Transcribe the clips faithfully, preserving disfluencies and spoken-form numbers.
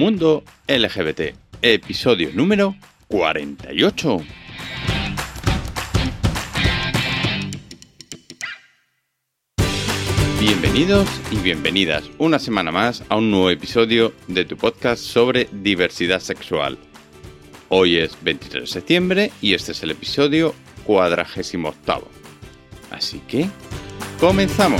Mundo L G B T, episodio número cuarenta y ocho. Bienvenidos y bienvenidas una semana más a un nuevo episodio de tu podcast sobre diversidad sexual. Hoy es veintitrés de septiembre y este es el episodio cuadragésimo octavo. Así que, ¡comenzamos!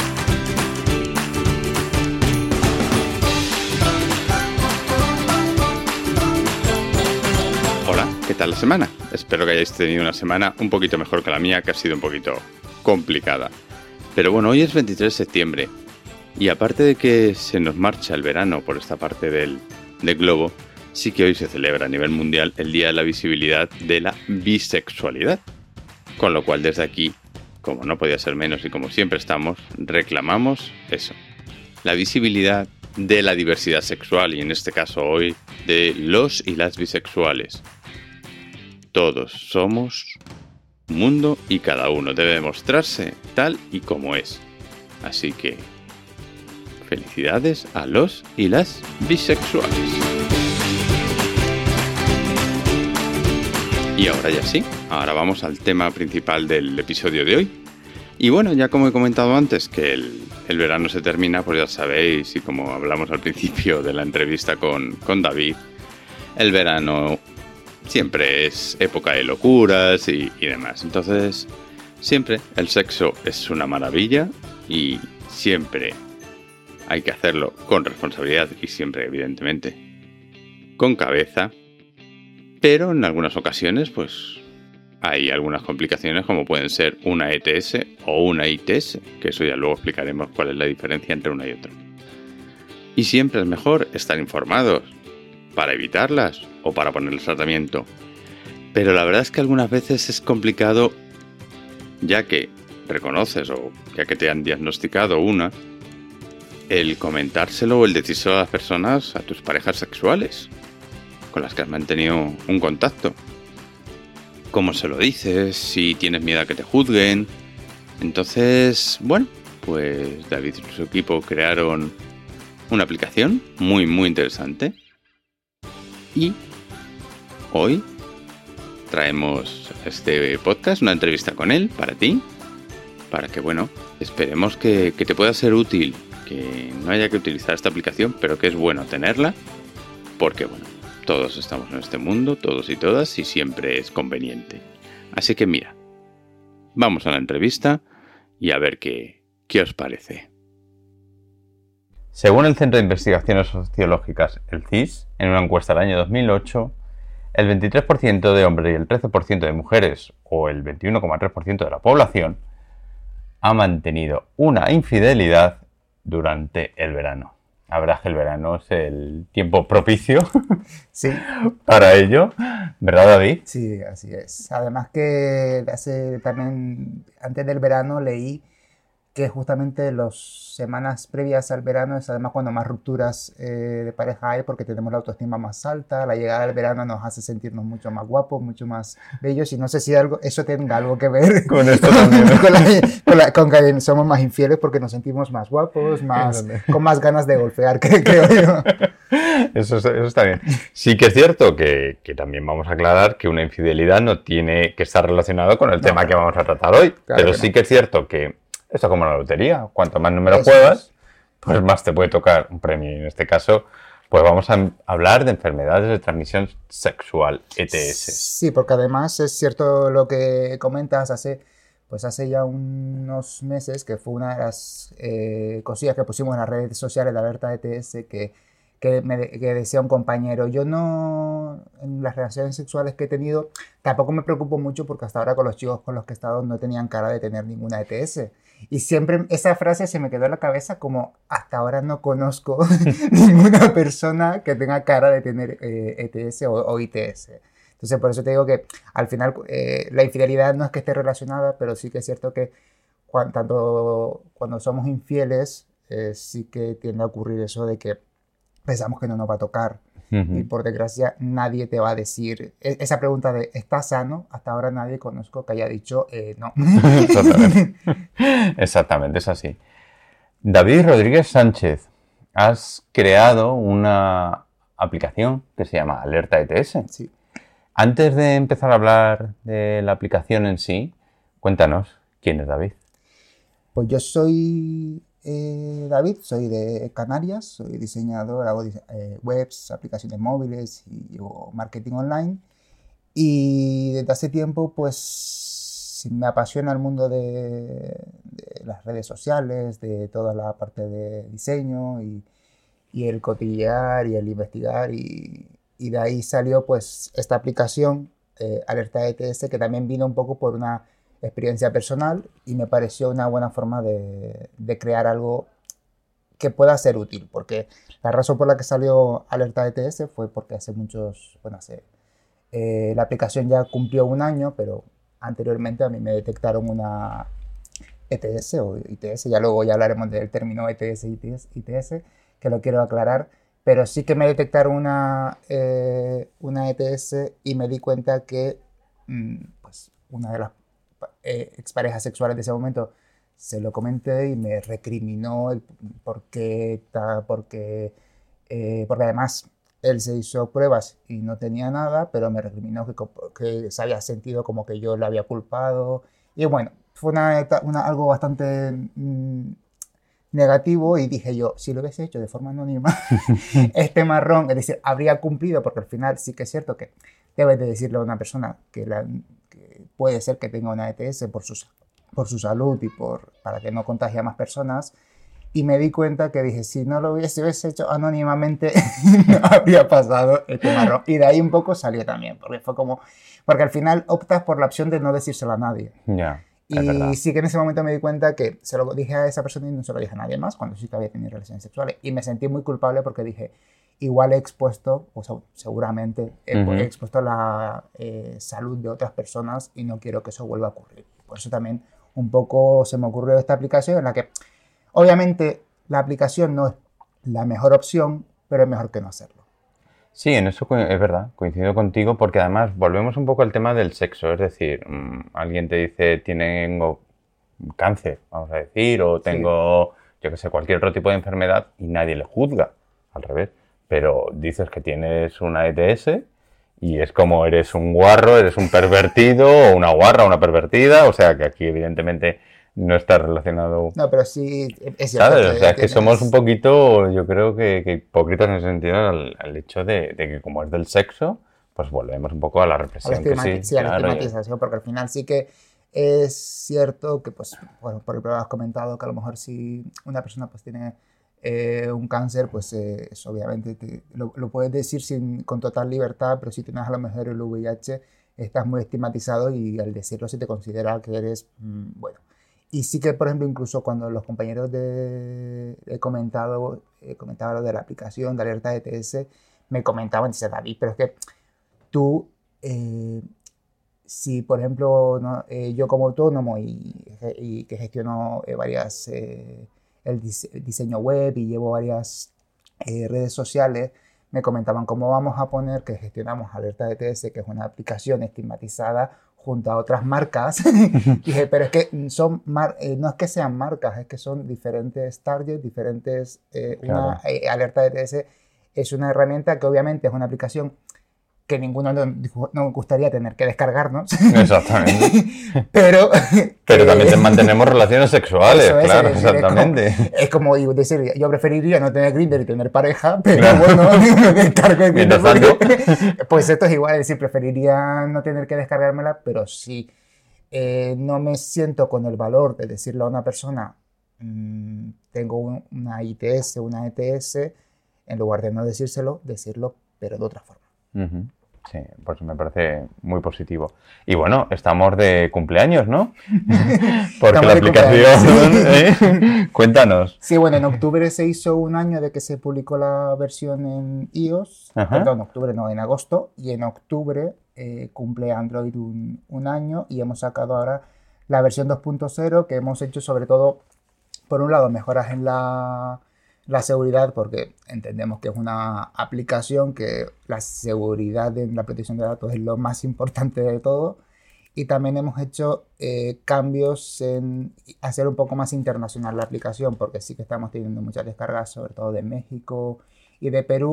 Hola, ¿qué tal la semana? Espero que hayáis tenido una semana un poquito mejor que la mía, que ha sido un poquito complicada. Pero bueno, hoy es veintitrés de septiembre y aparte de que se nos marcha el verano por esta parte del, del globo, sí que hoy se celebra a nivel mundial el Día de la Visibilidad de la Bisexualidad. Con lo cual desde aquí, como no podía ser menos y como siempre estamos, reclamamos eso. La visibilidad de la diversidad sexual y en este caso hoy de los y las bisexuales. Todos somos mundo y cada uno debe mostrarse tal y como es. Así que, felicidades a los y las bisexuales. Y ahora ya sí, ahora vamos al tema principal del episodio de hoy. Y bueno, ya como he comentado antes que el, el verano se termina, pues ya sabéis, y como hablamos al principio de la entrevista con, con David, el verano siempre es época de locuras y, y demás. Entonces, siempre el sexo es una maravilla y siempre hay que hacerlo con responsabilidad y siempre, evidentemente, con cabeza. Pero en algunas ocasiones, pues, hay algunas complicaciones como pueden ser una E T S o una I T S, que eso ya luego explicaremos cuál es la diferencia entre una y otra. Y siempre es mejor estar informados para evitarlas o para ponerles tratamiento. Pero la verdad es que algunas veces es complicado, ya que reconoces o ya que te han diagnosticado una, el comentárselo o el decírselo a las personas, a tus parejas sexuales con las que has mantenido un contacto. ¿Cómo se lo dices? Si tienes miedo a que te juzguen. Entonces, bueno, pues David y su equipo crearon una aplicación muy muy interesante. Y hoy traemos este podcast, una entrevista con él para ti, para que, bueno, esperemos que, que te pueda ser útil, que no haya que utilizar esta aplicación, pero que es bueno tenerla, porque, bueno, todos estamos en este mundo, todos y todas, y siempre es conveniente. Así que mira, vamos a la entrevista y a ver qué, qué os parece. Según el Centro de Investigaciones Sociológicas, el C I S, en una encuesta del año dos mil ocho, el veintitrés por ciento de hombres y el trece por ciento de mujeres, o el veintiuno coma tres por ciento de la población, ha mantenido una infidelidad durante el verano. La verdad es que el verano es el tiempo propicio sí. para ello, ¿verdad, David? Sí, así es. Además que hace también, antes del verano leí que justamente las semanas previas al verano es además cuando más rupturas eh, de pareja hay porque tenemos la autoestima más alta, la llegada del verano nos hace sentirnos mucho más guapos, mucho más bellos y no sé si algo, eso tenga algo que ver con esto también, ¿no? con, la, con, la, con que somos más infieles porque nos sentimos más guapos, más, con más ganas de golpear, creo yo. Eso, eso está bien. Sí que es cierto que, que también vamos a aclarar que una infidelidad no tiene que estar relacionado con el no, tema que vamos a tratar hoy, claro, pero sí no. Que es cierto que esto es como la lotería, cuanto más números Eso juegas, es. pues más te puede tocar un premio. Y en este caso, pues vamos a hablar de enfermedades de transmisión sexual, E T S. Sí, porque además es cierto lo que comentas, hace, pues hace ya unos meses, que fue una de las eh, cosillas que pusimos en las redes sociales de alerta E T S, que, que, me, que decía un compañero, yo no, en las relaciones sexuales que he tenido, tampoco me preocupo mucho porque hasta ahora con los chicos con los que he estado no tenían cara de tener ninguna E T S. Y siempre esa frase se me quedó en la cabeza como hasta ahora no conozco ninguna persona que tenga cara de tener eh, E T S o, o I T S. Entonces por eso te digo que al final eh, la infidelidad no es que esté relacionada, pero sí que es cierto que cuando, tanto cuando somos infieles eh, sí que tiende a ocurrir eso de que pensamos que no nos va a tocar. Uh-huh. Y por desgracia nadie te va a decir esa pregunta de ¿estás sano? Hasta ahora nadie conozco que haya dicho eh, no. Exactamente. Exactamente, es así. David Rodríguez Sánchez, has creado una aplicación que se llama Alerta E T S. Sí. Antes de empezar a hablar de la aplicación en sí, cuéntanos, ¿quién es David? Pues yo soy eh, David, soy de Canarias, soy diseñador, hago eh, webs, aplicaciones móviles y llevo marketing online. Y desde hace tiempo, pues, me apasiona el mundo de, de las redes sociales, de toda la parte de diseño y, y el cotillear y el investigar. Y, y de ahí salió, pues, esta aplicación, eh, Alerta E T S, que también vino un poco por una experiencia personal y me pareció una buena forma de, de crear algo que pueda ser útil. Porque la razón por la que salió Alerta E T S fue porque hace muchos, bueno, hace... Eh, la aplicación ya cumplió un año, pero anteriormente a mí me detectaron una E T S o I T S, ya luego ya hablaremos del término E T S y I T S, que lo quiero aclarar, pero sí que me detectaron una, eh, una E T S y me di cuenta que mmm, pues, una de las eh, exparejas sexuales de ese momento se lo comenté y me recriminó el por qué, porque, eh, porque además él se hizo pruebas y no tenía nada, pero me recriminó que, que se había sentido como que yo lo había culpado. Y bueno, fue una, una, algo bastante mmm, negativo y dije yo, si lo hubiese hecho de forma anónima, este marrón, es decir, habría cumplido, porque al final sí que es cierto que debes de decirle a una persona que, la, que puede ser que tenga una E T S por su, por su salud y por, para que no contagie a más personas. Y me di cuenta que dije, si no lo hubiese, hubiese hecho anónimamente, no habría pasado este marrón. Y de ahí un poco salió también, porque fue como... Porque al final optas por la opción de no decírselo a nadie. Yeah, y sí que en ese momento me di cuenta que se lo dije a esa persona y no se lo dije a nadie más, cuando sí que había tenido relaciones sexuales. Y me sentí muy culpable porque dije, igual he expuesto, o sea, seguramente he, uh-huh. he expuesto la eh, salud de otras personas y no quiero que eso vuelva a ocurrir. Por eso también un poco se me ocurrió esta aplicación en la que... Obviamente, la aplicación no es la mejor opción, pero es mejor que no hacerlo. Sí, en eso es verdad, coincido contigo, porque además volvemos un poco al tema del sexo. Es decir, mmm, alguien te dice, tengo cáncer, vamos a decir, o tengo, sí. yo qué sé, cualquier otro tipo de enfermedad y nadie le juzga, al revés. Pero dices que tienes una E T S y es como eres un guarro, eres un pervertido, o una guarra, una pervertida, o sea que aquí evidentemente... no está relacionado... No, pero sí es cierto. ¿Sabes? O sea, es que somos un poquito, yo creo que, que hipócritas en ese sentido al, al hecho de, de que como es del sexo, pues volvemos un poco a la represión. A la que sí, sí, a la claro, estigmatización, porque al final sí que es cierto que, pues, bueno, por ejemplo, has comentado que a lo mejor si una persona pues tiene eh, un cáncer, pues eh, eso obviamente te, lo, lo puedes decir sin, con total libertad, pero si tienes a lo mejor el V I H, estás muy estigmatizado y al decirlo se te considera que eres, mmm, bueno... Y sí que, por ejemplo, incluso cuando los compañeros de, he comentado, he comentado lo de la aplicación de Alerta E T S, me comentaban, dice David, pero es que tú, eh, si por ejemplo no, eh, yo como autónomo y, y que gestiono eh, varias, eh, el, dise el diseño web y llevo varias eh, redes sociales, me comentaban cómo vamos a poner que gestionamos Alerta E T S, que es una aplicación estigmatizada, junto a otras marcas. Dije, pero es que son mar eh, no es que sean marcas, es que son diferentes targets, diferentes... Eh, claro. Una eh, Alerta E T S es una herramienta que obviamente es una aplicación que ninguno nos no gustaría tener que descargarnos. Exactamente. pero pero también te mantenemos relaciones sexuales, es, claro, es decir, exactamente. Es como, es como decir, yo preferiría no tener Grindr y tener pareja, pero claro. bueno, me descargo el Grindr. Pues esto es igual, es decir, preferiría no tener que descargármela, pero si eh, no me siento con el valor de decirle a una persona, mmm, tengo un, una I T S, una E T S, en lugar de no decírselo, decirlo, pero de otra forma. Uh-huh. Sí, pues me parece muy positivo. Y bueno, estamos de cumpleaños, ¿no? Porque estamos la aplicación... ¿eh? Cuéntanos. Sí, bueno, en octubre se hizo un año de que se publicó la versión en iOS. Uh-huh. Perdón, en octubre no, en agosto. Y en octubre eh, cumple Android un, un año y hemos sacado ahora la versión dos punto cero, que hemos hecho sobre todo, por un lado, mejoras en la... la seguridad, porque entendemos que es una aplicación que la seguridad en la protección de datos es lo más importante de todo, y también hemos hecho eh, cambios en hacer un poco más internacional la aplicación, porque sí que estamos teniendo muchas descargas, sobre todo de México y de Perú,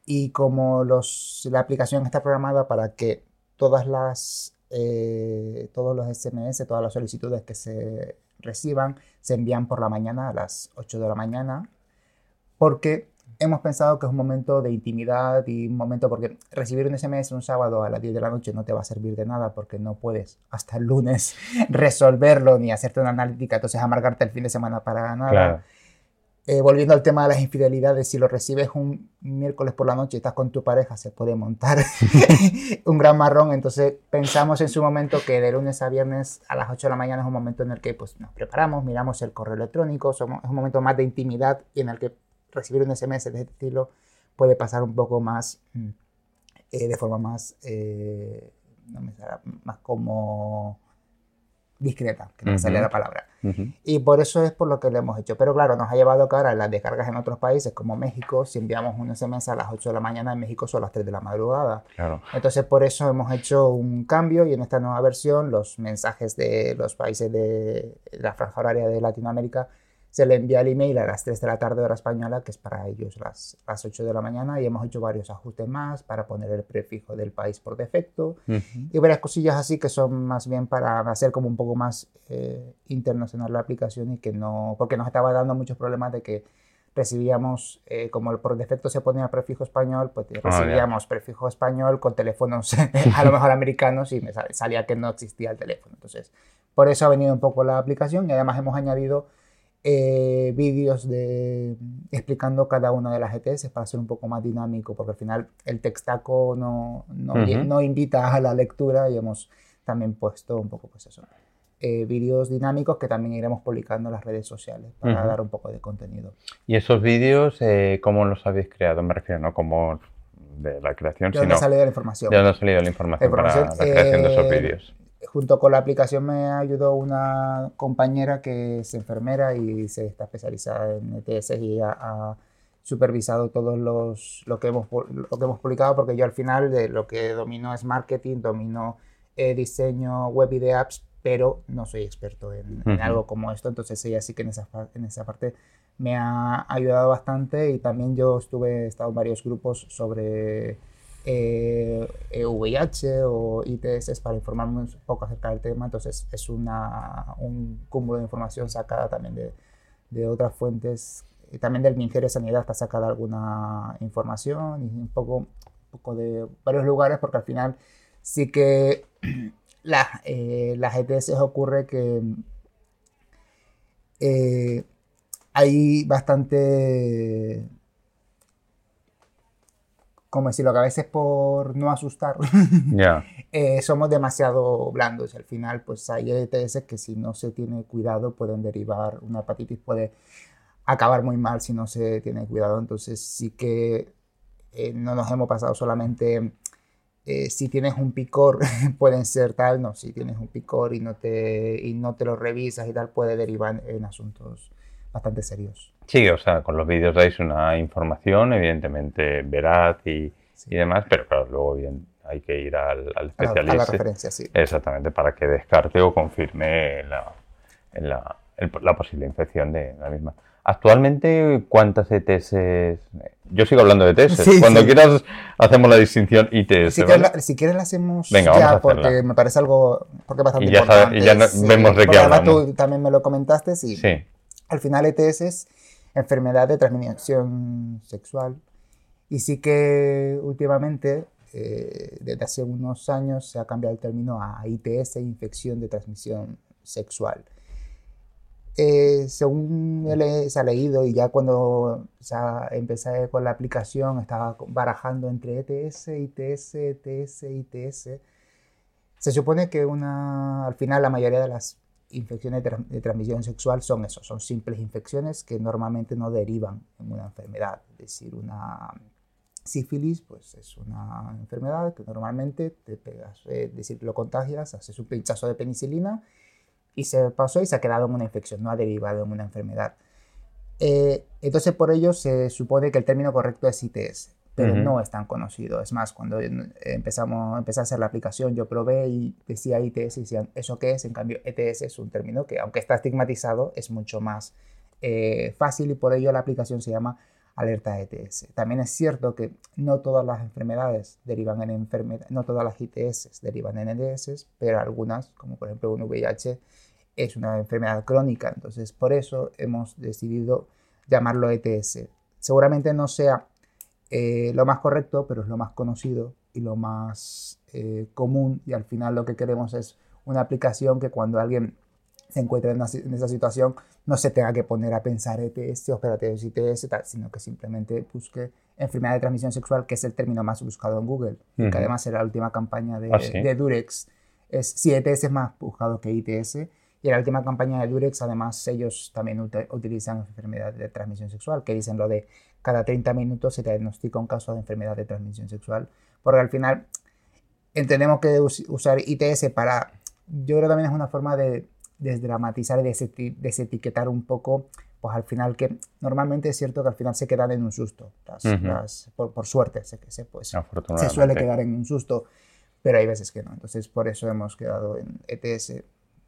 y como los, la aplicación está programada para que todas las, eh, todos los S M S, todas las solicitudes que se reciban, se envían por la mañana a las ocho de la mañana, porque hemos pensado que es un momento de intimidad y un momento, porque recibir un S M S un sábado a las diez de la noche no te va a servir de nada porque no puedes hasta el lunes resolverlo ni hacerte una analítica, entonces amargarte el fin de semana para nada. Claro. Eh, volviendo al tema de las infidelidades, si lo recibes un miércoles por la noche y estás con tu pareja, se puede montar un gran marrón. Entonces pensamos en su momento que de lunes a viernes a las ocho de la mañana es un momento en el que pues, nos preparamos, miramos el correo electrónico, somos, es un momento más de intimidad y en el que recibir un S M S de este estilo puede pasar un poco más, eh, de forma más, eh, no me sale, más como discreta, que no me sale la palabra. Uh-huh. Y por eso es por lo que lo hemos hecho. Pero claro, nos ha llevado que ahora las descargas en otros países como México, si enviamos un S M S a las ocho de la mañana, en México son las tres de la madrugada. Claro. Entonces por eso hemos hecho un cambio y en esta nueva versión los mensajes de los países de la franja horaria de Latinoamérica se le envía el email a las tres de la tarde hora española, que es para ellos las, las ocho de la mañana, y hemos hecho varios ajustes más para poner el prefijo del país por defecto uh-huh. y varias cosillas así que son más bien para hacer como un poco más eh, internacional la aplicación y que no, porque nos estaba dando muchos problemas de que recibíamos, eh, como por defecto se ponía prefijo español, pues recibíamos oh, yeah. prefijo español con teléfonos a lo mejor americanos y me salía que no existía el teléfono. Entonces, por eso ha venido un poco la aplicación y además hemos añadido Eh, vídeos de, explicando cada una de las E T S para ser un poco más dinámico, porque al final el textaco no, no, uh-huh. no invita a la lectura y hemos también puesto un poco pues eso, eh, vídeos dinámicos que también iremos publicando en las redes sociales para uh-huh. dar un poco de contenido. ¿Y esos vídeos eh, cómo los habéis creado? Me refiero, no como de la creación, ¿De sino... dónde ha salido la información? ¿De dónde ha salido la información, la información para la creación eh, de esos vídeos? Junto con la aplicación me ayudó una compañera que es enfermera y se está especializada en E T S y ha, ha supervisado todos los lo que hemos lo que hemos publicado, porque yo al final de lo que domino es marketing, domino eh, diseño web y de apps, pero no soy experto en, uh-huh. en algo como esto, entonces ella sí que en esa, en esa parte me ha ayudado bastante y también yo estuve he estado en varios grupos sobre Eh, V I H o I T S para informarme un poco acerca del tema, entonces es una, un cúmulo de información sacada también de, de otras fuentes, y también del Ministerio de Sanidad está sacada alguna información y un poco, un poco de varios lugares, porque al final sí que la, eh, las E T S ocurre que eh, hay bastante... como decirlo, que a veces por no asustar, yeah. eh, somos demasiado blandos. Al final, pues hay E T S que si no se tiene cuidado pueden derivar, una hepatitis puede acabar muy mal si no se tiene cuidado. Entonces sí que eh, no nos hemos pasado solamente eh, si tienes un picor pueden ser tal, no, si tienes un picor y no te, y no te lo revisas y tal, puede derivar en asuntos bastante serios. Sí, o sea, con los vídeos dais una información evidentemente veraz y, sí. y demás, pero claro, luego bien hay que ir al, al especialista. A la, a la referencia, sí. Exactamente, para que descarte o confirme la, la, el, la posible infección de la misma. Actualmente, ¿cuántas E T S? Yo sigo hablando de E T S. Sí, Cuando sí. quieras hacemos la distinción I T S. Si, ¿vale? quieres, la, si quieres la hacemos Venga, ya, vamos a porque me parece algo porque es bastante y ya importante. Sabe, y ya no, sí, vemos de qué hablamos. Tú también me lo comentaste y sí. Al final E T S es enfermedad de transmisión sexual y sí que últimamente, eh, desde hace unos años, se ha cambiado el término a I T S, infección de transmisión sexual. Eh, según él se ha leído y ya cuando ya empecé con la aplicación estaba barajando entre E T S, I T S, E T S, I T S. Se supone que una, al final la mayoría de las infecciones de, tra de transmisión sexual son eso, son simples infecciones que normalmente no derivan en una enfermedad. Es decir, una sífilis pues es una enfermedad que normalmente te pegas, eh, es decir, lo contagias, haces un pinchazo de penicilina y se pasó y se ha quedado en una infección, no ha derivado en una enfermedad. Eh, entonces por ello se supone que el término correcto es I T S, pero uh-huh. no es tan conocido. Es más, cuando empezamos, empecé a hacer la aplicación, yo probé y decía I T S y decían, ¿eso qué es? En cambio, E T S es un término que, aunque está estigmatizado, es mucho más eh, fácil y por ello la aplicación se llama alerta E T S. También es cierto que no todas las enfermedades derivan en enfermedad, no todas las I T S derivan en E T S, pero algunas, como por ejemplo un V I H, es una enfermedad crónica. Entonces, por eso hemos decidido llamarlo E T S. Seguramente no sea eh, lo más correcto, pero es lo más conocido y lo más eh, común, y al final lo que queremos es una aplicación que cuando alguien se encuentre en, una, en esa situación no se tenga que poner a pensar E T S, operativos I T S, tal, sino que simplemente busque enfermedad de transmisión sexual, que es el término más buscado en Google, uh-huh. que además era la última campaña de, ¿Ah, sí? de Durex. Es, sí, E T S es más buscado que I T S, y en la última campaña de Durex, además, ellos también ut- utilizan enfermedad de transmisión sexual, que dicen lo de cada treinta minutos se diagnostica un caso de enfermedad de transmisión sexual, porque al final entendemos que us- usar I T S para, yo creo también es una forma de desdramatizar y deseti- desetiquetar un poco, pues al final que normalmente es cierto que al final se quedan en un susto, las, uh-huh. las, por, por suerte se, se, pues, se suele quedar en un susto, pero hay veces que no, entonces por eso hemos quedado en E T S.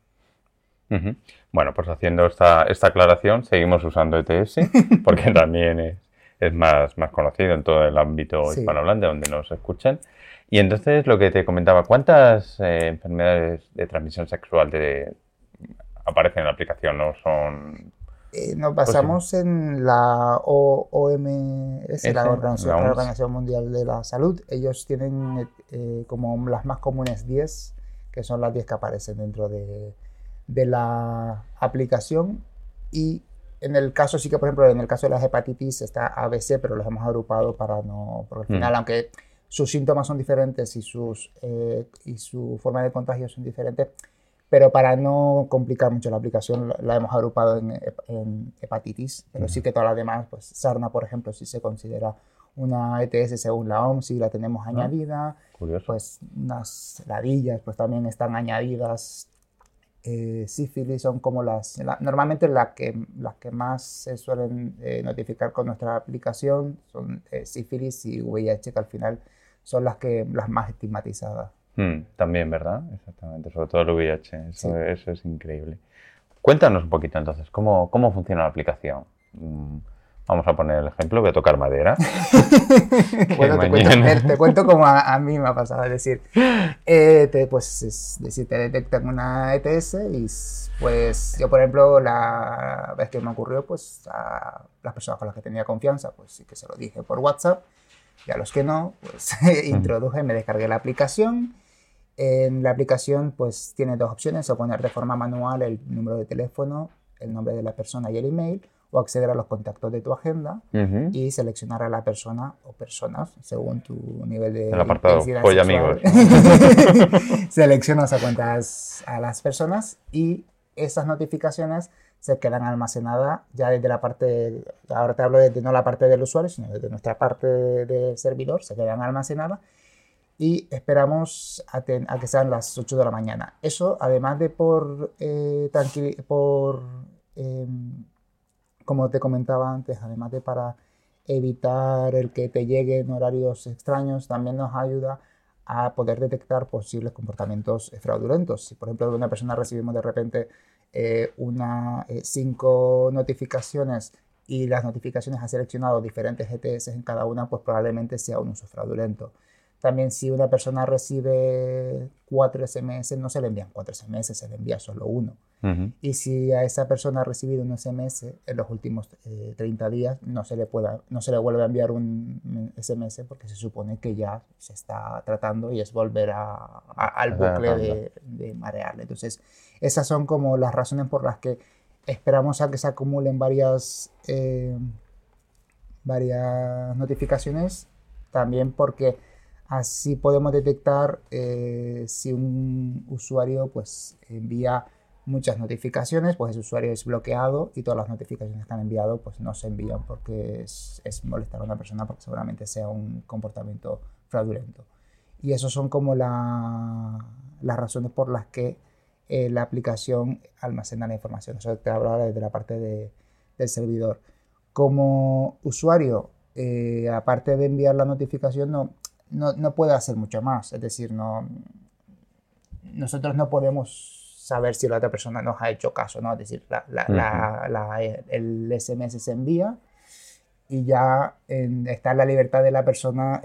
Uh-huh. Bueno, pues haciendo esta, esta aclaración, seguimos usando E T S, porque también es, es más, más conocido en todo el ámbito sí. hispanohablante donde nos escuchan. Y entonces lo que te comentaba, ¿cuántas eh, enfermedades de transmisión sexual te aparecen en la aplicación? ¿No son...? Eh, nos basamos pues, sí. en la O M S, la Organización, la Organización Mundial de la Salud. Ellos tienen eh, como las más comunes diez, que son las diez que aparecen dentro de, de la aplicación. Y en el caso, sí que por ejemplo, en el caso de las hepatitis está A B C, pero los hemos agrupado para no... Porque al final, mm. aunque sus síntomas son diferentes y, sus, eh, y su forma de contagio son diferentes, pero para no complicar mucho la aplicación la hemos agrupado en, en hepatitis, pero uh-huh. sí que todas las demás, pues sarna, por ejemplo, sí se considera una E T S según la O M S, sí la tenemos añadida. Curioso. Pues unas ladillas pues también están añadidas. Eh, sífilis son como las, la, normalmente las que, las que más se suelen eh, notificar con nuestra aplicación son eh, sífilis y V I H, que al final son las, que, las más estigmatizadas. Mm, también, ¿verdad? Exactamente, sobre todo el V I H, eso, sí. eso es increíble. Cuéntanos un poquito entonces, ¿cómo, cómo funciona la aplicación? Mm, vamos a poner el ejemplo, voy a tocar madera. Bueno, te cuento, te, te cuento como a, a mí me ha pasado, es decir, eh, te, pues, es decir, te detectan una E T S y pues yo, por ejemplo, la vez que me ocurrió, pues a las personas con las que tenía confianza, pues sí que se lo dije por WhatsApp, y a los que no, pues introduje, me descargué la aplicación. En la aplicación pues tiene dos opciones, o poner de forma manual el número de teléfono, el nombre de la persona y el email, o acceder a los contactos de tu agenda uh-huh. y seleccionar a la persona o personas según tu nivel de el apartado Oye amigos, ¿no? Seleccionas a cuentas a las personas y esas notificaciones se quedan almacenadas ya desde la parte, ahora te hablo de no la parte del usuario, sino desde nuestra parte del de servidor, se quedan almacenadas. Y esperamos a, ten, a que sean las ocho de la mañana. Eso, además de por, eh, tranquil, por eh, como te comentaba antes, además de para evitar el que te lleguen horarios extraños, también nos ayuda a poder detectar posibles comportamientos fraudulentos. Si, por ejemplo, de una persona recibimos de repente eh, una, eh, cinco notificaciones y las notificaciones ha seleccionado diferentes E T S en cada una, pues probablemente sea un uso fraudulento. También si una persona recibe cuatro S M S, no se le envían cuatro S M S, se le envía solo uno. Uh-huh. Y si a esa persona ha recibido un S M S en los últimos eh, treinta días, no se, le pueda, no se le vuelve a enviar un S M S porque se supone que ya se está tratando y es volver a, a, al bucle de, de marearle. Entonces, esas son como las razones por las que esperamos a que se acumulen varias, eh, varias notificaciones. También porque así podemos detectar eh, si un usuario pues, envía muchas notificaciones, pues ese usuario es bloqueado y todas las notificaciones que han enviado pues, no se envían porque es, es molestar a una persona porque seguramente sea un comportamiento fraudulento. Y esas son como la, las razones por las que eh, la aplicación almacena la información. Eso te hablo ahora desde la parte de, del servidor. Como usuario, eh, aparte de enviar la notificación, no... No, no puede hacer mucho más, es decir, no, nosotros no podemos saber si la otra persona nos ha hecho caso, ¿no? Es decir, la, la, uh-huh. la, la, el S M S se envía y ya en, está en la libertad de la persona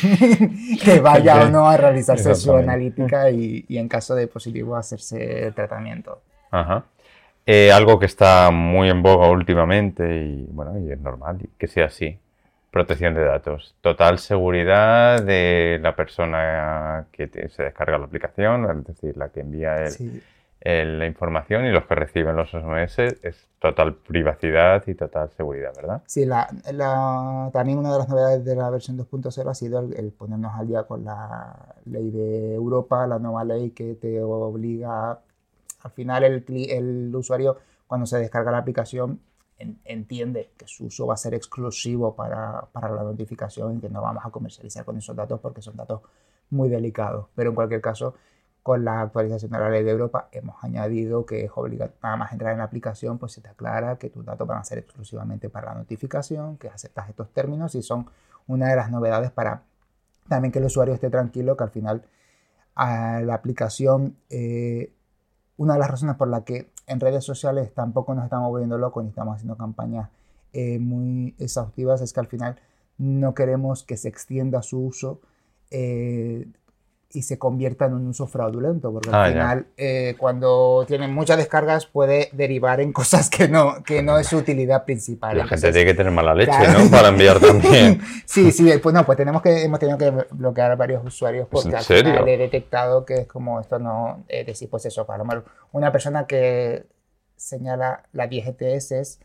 que vaya o no a realizarse su analítica y, y en caso de positivo hacerse el tratamiento. Ajá. Eh, algo que está muy en boga últimamente y bueno, y es normal que sea así. Protección de datos. Total seguridad de la persona que te, se descarga la aplicación, es decir, la que envía el, sí. el, la información y los que reciben los S M S. Es total privacidad y total seguridad, ¿verdad? Sí, la, la, también una de las novedades de la versión dos punto cero ha sido el, el ponernos al día con la ley de Europa, la nueva ley que te obliga, al final el, el usuario cuando se descarga la aplicación entiende que su uso va a ser exclusivo para, para la notificación y que no vamos a comercializar con esos datos porque son datos muy delicados. Pero en cualquier caso, con la actualización de la ley de Europa hemos añadido que es obligatorio, nada más entrar en la aplicación, pues se te aclara que tus datos van a ser exclusivamente para la notificación, que aceptas estos términos y son una de las novedades para también que el usuario esté tranquilo, que al final a la aplicación... Eh, Una de las razones por las que en redes sociales tampoco nos estamos volviendo locos ni estamos haciendo campañas eh, muy exhaustivas es que al final no queremos que se extienda su uso eh, y se convierta en un uso fraudulento, porque al ah, final eh, cuando tienen muchas descargas puede derivar en cosas que no, que no es su utilidad principal. La Entonces, gente tiene que tener mala leche, claro, ¿no? Para enviar también. Sí, sí, pues no, pues tenemos que, hemos tenido que bloquear a varios usuarios porque ¿En al serio? final he detectado que es como esto no, es decir, pues eso, para lo mejor una persona que señala las diez E T S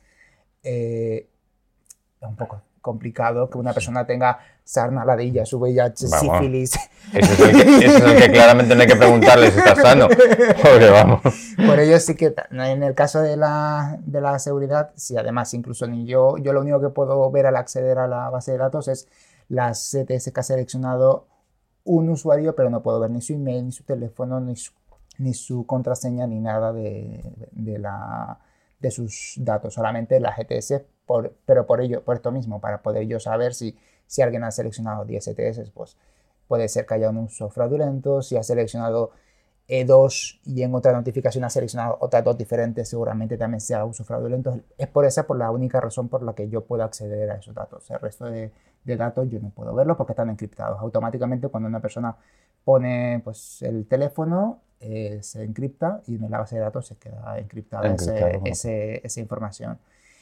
eh, es un poco complicado que una persona tenga sarna, ladilla, su V I H, vamos, sífilis. Ese es, el que, ese es el que claramente no hay que preguntarle si está sano. Porque vamos. Por ello sí que en el caso de la, de la seguridad, sí, además incluso ni yo, yo lo único que puedo ver al acceder a la base de datos es las E T S que ha seleccionado un usuario, pero no puedo ver ni su email, ni su teléfono, ni su, ni su contraseña, ni nada de, de, la, de sus datos, solamente las E T S. Por, pero por ello, por esto mismo, para poder yo saber si, si alguien ha seleccionado diez E T S, pues puede ser que haya un uso fraudulento. Si ha seleccionado E dos y en otra notificación ha seleccionado otras dos diferentes, seguramente también sea uso fraudulento. Es por esa, por la única razón por la que yo puedo acceder a esos datos. El resto de, de datos yo no puedo verlos porque están encriptados. Automáticamente cuando una persona pone pues, el teléfono, eh, se encripta y en la base de datos se queda encriptada ese, ese, esa información.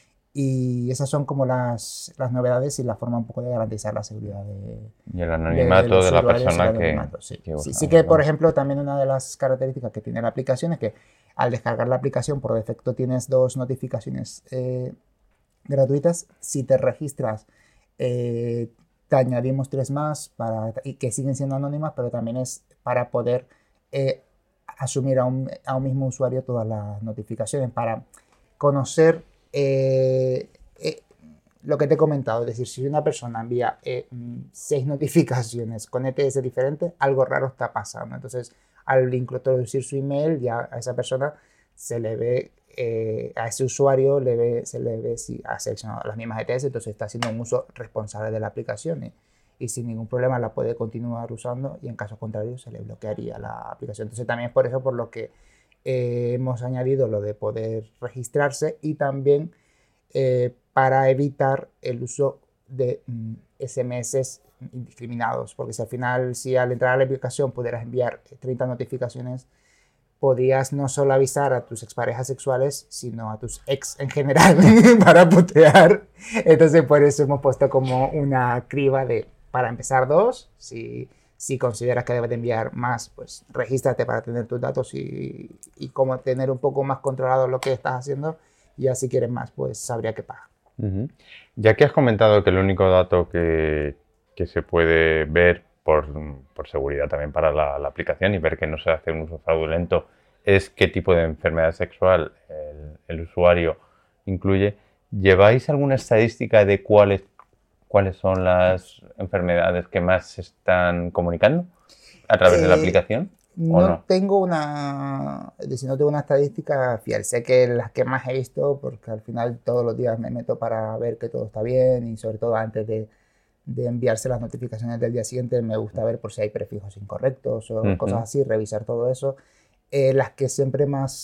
Y esas son como las, las novedades y la forma un poco de garantizar la seguridad de, y el anonimato de, de la persona que, sí. que sí, sí que, por ejemplo, también una de las características que tiene la aplicación es que al descargar la aplicación por defecto tienes dos notificaciones eh, gratuitas. Si te registras, eh, te añadimos tres más para, y que siguen siendo anónimas, pero también es para poder eh, asumir a un, a un mismo usuario todas las notificaciones, para conocer Eh, eh, lo que te he comentado, es decir, si una persona envía eh, seis notificaciones con E T S diferentes, algo raro está pasando. Entonces, al introducir su email, ya a esa persona se le ve, eh, a ese usuario le ve, se le ve si ha seleccionado las mismas E T S, entonces está haciendo un uso responsable de la aplicación y, y sin ningún problema la puede continuar usando y en caso contrario se le bloquearía la aplicación. Entonces, también es por eso por lo que Eh, hemos añadido lo de poder registrarse y también eh, para evitar el uso de mm, S M S indiscriminados, porque si al final, si al entrar a la aplicación pudieras enviar treinta notificaciones, podrías no solo avisar a tus exparejas sexuales, sino a tus ex en general para putear. Entonces por eso hemos puesto como una criba de, para empezar, dos, si... Si consideras que debes de enviar más, pues regístrate para tener tus datos y, y como tener un poco más controlado lo que estás haciendo. Y ya si quieres más, pues habría que pagar. Uh-huh. Ya que has comentado que el único dato que, que se puede ver por, por seguridad también para la, la aplicación y ver que no se hace un uso fraudulento es qué tipo de enfermedad sexual el, el usuario incluye, ¿lleváis alguna estadística de cuáles ¿Cuáles son las enfermedades que más se están comunicando a través eh, de la aplicación? No, no tengo una, es decir, no tengo una estadística fiel. Sé que las que más he visto, porque al final todos los días me meto para ver que todo está bien y sobre todo antes de, de enviarse las notificaciones del día siguiente me gusta ver por si hay prefijos incorrectos o uh-huh. cosas así, revisar todo eso. Eh, las que siempre más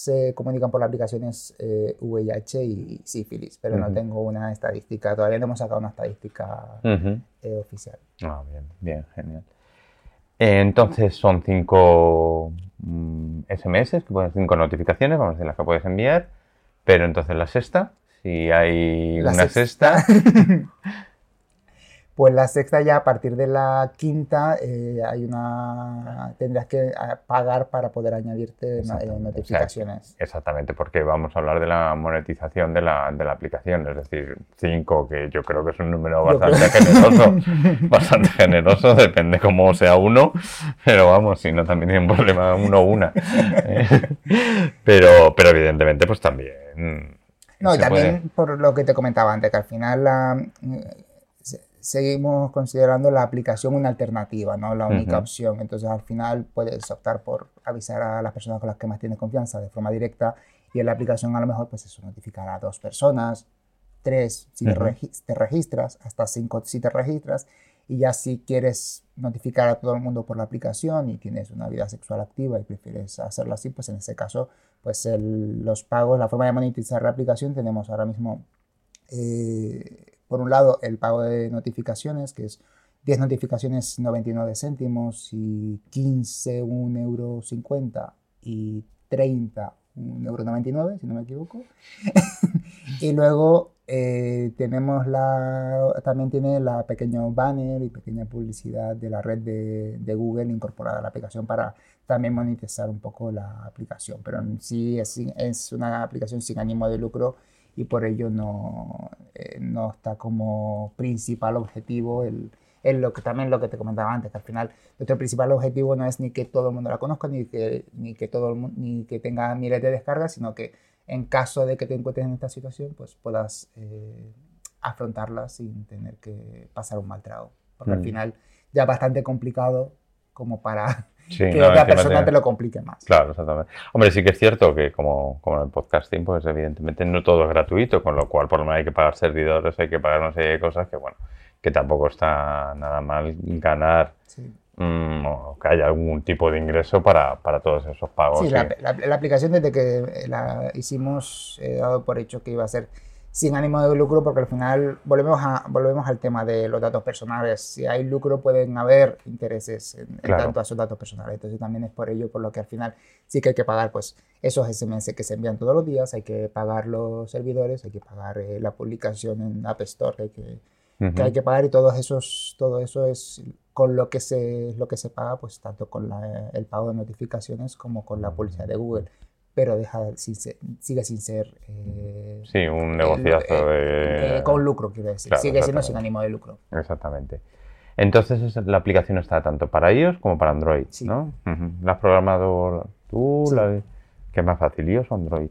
se comunican por la aplicación es eh, V I H y sífilis, pero uh-huh. no tengo una estadística, todavía no hemos sacado una estadística uh-huh. eh, oficial. Ah, bien, bien, genial. Entonces son cinco mm, S M S, que pueden, cinco notificaciones, vamos a decir las que puedes enviar, pero entonces la sexta, si hay la una sexta... sexta Pues la sexta ya a partir de la quinta eh, hay una tendrás que pagar para poder añadirte eh, notificaciones. O sea, exactamente, porque vamos a hablar de la monetización de la, de la aplicación, es decir, cinco, que yo creo que es un número bastante generoso, bastante generoso, depende cómo sea uno, pero vamos, si no también tiene un problema uno o una. pero, pero evidentemente pues también... No, y también puede... por lo que te comentaba antes, que al final la... seguimos considerando la aplicación una alternativa, no la única uh-huh. opción. Entonces, al final puedes optar por avisar a las personas con las que más tienes confianza de forma directa y en la aplicación a lo mejor pues eso, notificar a dos personas, tres si uh-huh. te, regi- te registras, hasta cinco si te registras, y ya si quieres notificar a todo el mundo por la aplicación y tienes una vida sexual activa y prefieres hacerlo así, pues en ese caso, pues el, los pagos, la forma de monetizar la aplicación, tenemos ahora mismo... Eh, por un lado, el pago de notificaciones, que es diez notificaciones noventa y nueve céntimos y quince un euro cincuenta y treinta un euro noventa y nueve, si no me equivoco. Y luego eh, tenemos la, también tiene la pequeño banner y pequeña publicidad de la red de, de Google incorporada a la aplicación para también monetizar un poco la aplicación. Pero en sí es, es una aplicación sin ánimo de lucro y por ello no, eh, no está como principal objetivo el, el lo que también lo que te comentaba antes, que al final nuestro principal objetivo no es ni que todo el mundo la conozca, ni que, ni que, todo el mundo, ni que tenga miles de descargas, sino que en caso de que te encuentres en esta situación, pues puedas eh, afrontarla sin tener que pasar un mal trago. Porque mm. al final ya es bastante complicado como para... Sí, que no, otra persona te... te lo complique más. Claro, exactamente. Hombre, sí que es cierto que como, como en el podcasting, pues evidentemente no todo es gratuito, con lo cual por lo menos hay que pagar servidores, hay que pagar una serie de cosas que, bueno, que tampoco está nada mal ganar sí. mmm, o que haya algún tipo de ingreso para, para todos esos pagos. Sí, la, la, la aplicación desde que la hicimos he dado por hecho que iba a ser sin ánimo de lucro, porque al final volvemos, a, volvemos al tema de los datos personales. Si hay lucro pueden haber intereses en, claro. en tanto a esos datos personales. Entonces también es por ello por lo que al final sí que hay que pagar pues, esos S M S que se envían todos los días, hay que pagar los servidores, hay que pagar eh, la publicación en App Store que hay que, uh-huh. que, hay que pagar y todos esos, todo eso es con lo que se, lo que se paga, pues tanto con la, el pago de notificaciones como con la publicidad de Google. Pero deja, sin ser, sigue sin ser... Eh, sí, un negociazo eh, de... Eh, con lucro, quiero decir. Claro, sigue siendo sin ánimo de lucro. Exactamente. Entonces, la aplicación está tanto para iOS como para Android, sí. ¿no? Uh-huh. ¿La has programado tú? Sí. La... ¿Qué es más fácil, iOS o Android?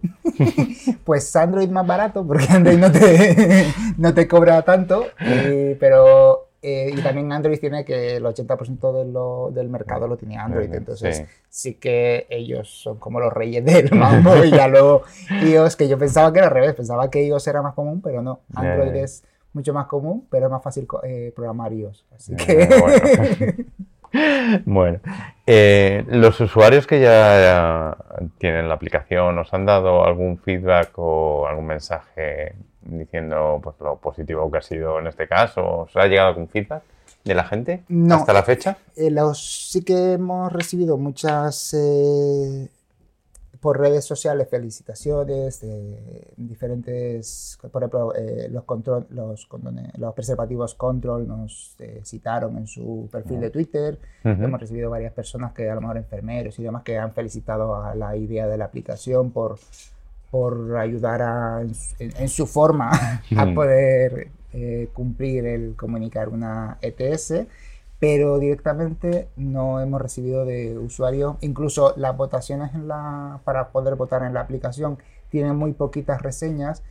Pues Android más barato, porque Android no te, no te cobra tanto, eh, pero... Eh, y también Android tiene que el ochenta por ciento de lo, del mercado lo tiene Android, entonces sí. sí que ellos son como los reyes del mambo y ya luego iOS, que yo pensaba que era al revés, pensaba que iOS era más común, pero no, Android yeah. es mucho más común, pero es más fácil eh, programar iOS, así yeah, que... Bueno, bueno. Eh, los usuarios que ya tienen la aplicación, ¿os han dado algún feedback o algún mensaje diciendo pues, lo positivo que ha sido en este caso? ¿Os ha llegado algún feedback de la gente no, hasta la fecha? Eh, los, sí que hemos recibido muchas eh, por redes sociales felicitaciones de diferentes, por ejemplo, eh, los, control, los, condones, los preservativos Control nos eh, citaron en su perfil uh-huh. de Twitter. Uh-huh. Hemos recibido varias personas que a lo mejor enfermeros y demás que han felicitado a la idea de la aplicación por por ayudar a, en, en su forma a poder eh, cumplir el comunicar una E T S, pero directamente no hemos recibido de usuarios. Incluso las votaciones en la, para poder votar en la aplicación tienen muy poquitas reseñas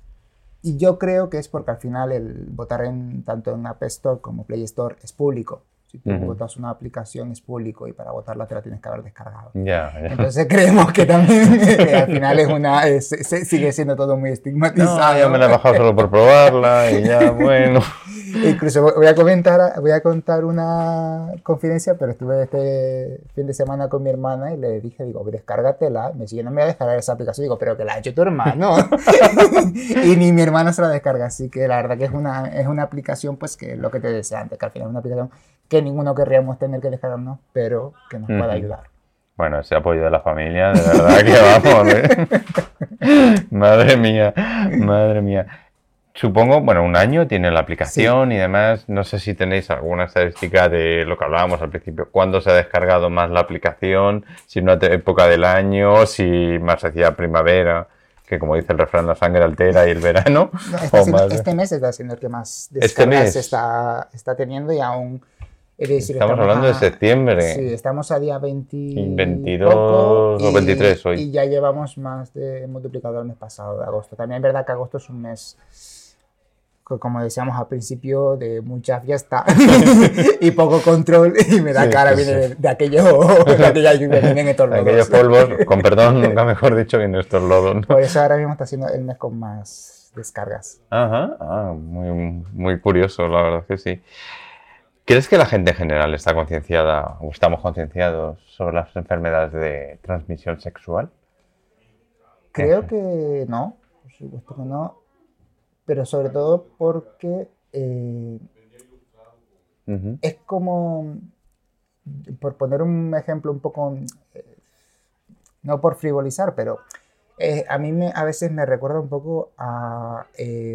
y yo creo que es porque al final el votar en, tanto en App Store como Play Store es público. Si tú uh-huh. votas una aplicación es público y para votarla te la tienes que haber descargado. Yeah, yeah. Entonces creemos que también eh, al final es una, es, se, sigue siendo todo muy estigmatizado. No, yo me la he bajado solo por probarla y ya, bueno. Incluso voy a comentar, voy a contar una confidencia, pero estuve este fin de semana con mi hermana y le dije, digo, descárgatela. Me dice, yo no me voy a descargar esa aplicación. Digo, pero que la ha hecho tu hermano. Y ni mi hermano se la descarga. Así que la verdad que es una, es una aplicación, pues, que es lo que te decía antes, que al final es una aplicación que ninguno querríamos tener que descargarnos, pero que nos puede ayudar. Bueno, ese apoyo de la familia, de verdad que vamos, ¿eh? Madre mía, madre mía. Supongo, bueno, un año tiene la aplicación sí. Y demás. No sé si tenéis alguna estadística de lo que hablábamos al principio. ¿Cuándo se ha descargado más la aplicación? Si en una época del año, si más hacia primavera, que como dice el refrán, la sangre altera y el verano. No, está siendo, más... Este mes está siendo el que más descargas este está, está teniendo y aún... Es decir, estamos, estamos hablando a, de septiembre. Sí, estamos a día veinte, veintidós y, o veintitrés hoy. Y ya llevamos más de, hemos duplicado el mes pasado de agosto. También es verdad que agosto es un mes, como decíamos al principio, de mucha fiesta y poco control, y me da sí, cara, sí, viene sí. de, de aquello, de aquella lluvia, vienen estos lodos. Aquellos polvos, con perdón, nunca mejor dicho, vienen estos lodos, ¿no? Por eso ahora mismo está siendo el mes con más descargas. Ajá, ah, muy, muy curioso, la verdad que sí. ¿Crees que la gente en general está concienciada o estamos concienciados sobre las enfermedades de transmisión sexual? Creo que no, por supuesto que no, pero sobre todo porque eh, uh-huh. es como, por poner un ejemplo un poco, eh, no por frivolizar, pero eh, a mí me, a veces me recuerda un poco a... Eh,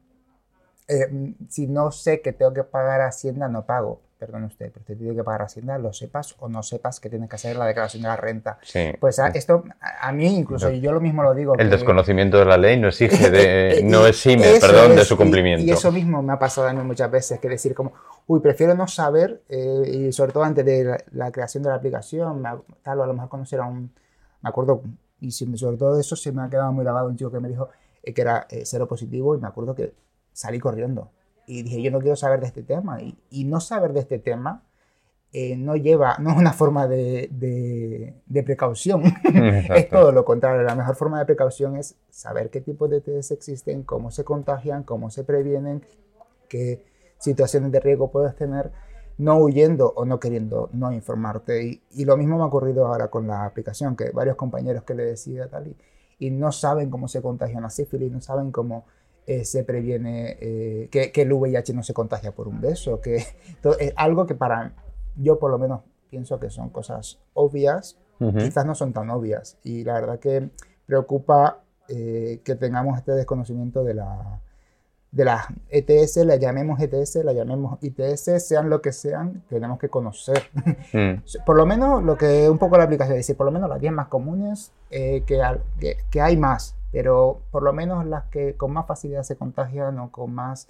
Eh, si no sé que tengo que pagar Hacienda, no pago. Perdón usted, pero usted tiene que pagar Hacienda, lo sepas o no sepas que tienes que hacer la declaración de la renta. Sí. Pues a, esto, a, a mí incluso, y yo lo mismo lo digo. El que, desconocimiento de la ley no exige, de, no exime, perdón, es, de su cumplimiento. Y, y eso mismo me ha pasado a mí muchas veces, que decir como, uy, prefiero no saber, eh, y sobre todo antes de la, la creación de la aplicación, me, tal, o a lo mejor conocer a un, me acuerdo, y sobre todo eso se me ha quedado muy grabado, un chico que me dijo eh, que era eh, cero positivo, y me acuerdo que salí corriendo. Y dije, yo no quiero saber de este tema. Y, y no saber de este tema eh, no lleva, no es una forma de, de, de precaución. Es todo lo contrario. La mejor forma de precaución es saber qué tipos de T S existen, cómo se contagian, cómo se previenen, qué situaciones de riesgo puedes tener, no huyendo o no queriendo no informarte. Y, y lo mismo me ha ocurrido ahora con la aplicación, que varios compañeros que le decía tal y, y no saben cómo se contagian la sífilis, no saben cómo... Eh, se previene eh, que, que el V I H no se contagia por un beso, que todo, es algo que para yo por lo menos pienso que son cosas obvias, uh-huh. Quizás no son tan obvias, y la verdad que preocupa eh, que tengamos este desconocimiento de la de las E T S, la llamemos E T S, la llamemos I T S, sean lo que sean, tenemos que conocer. Mm. Por lo menos lo que un poco la aplicación dice, por lo menos las diez más comunes, eh, que, que, que hay más, pero por lo menos las que con más facilidad se contagian o con más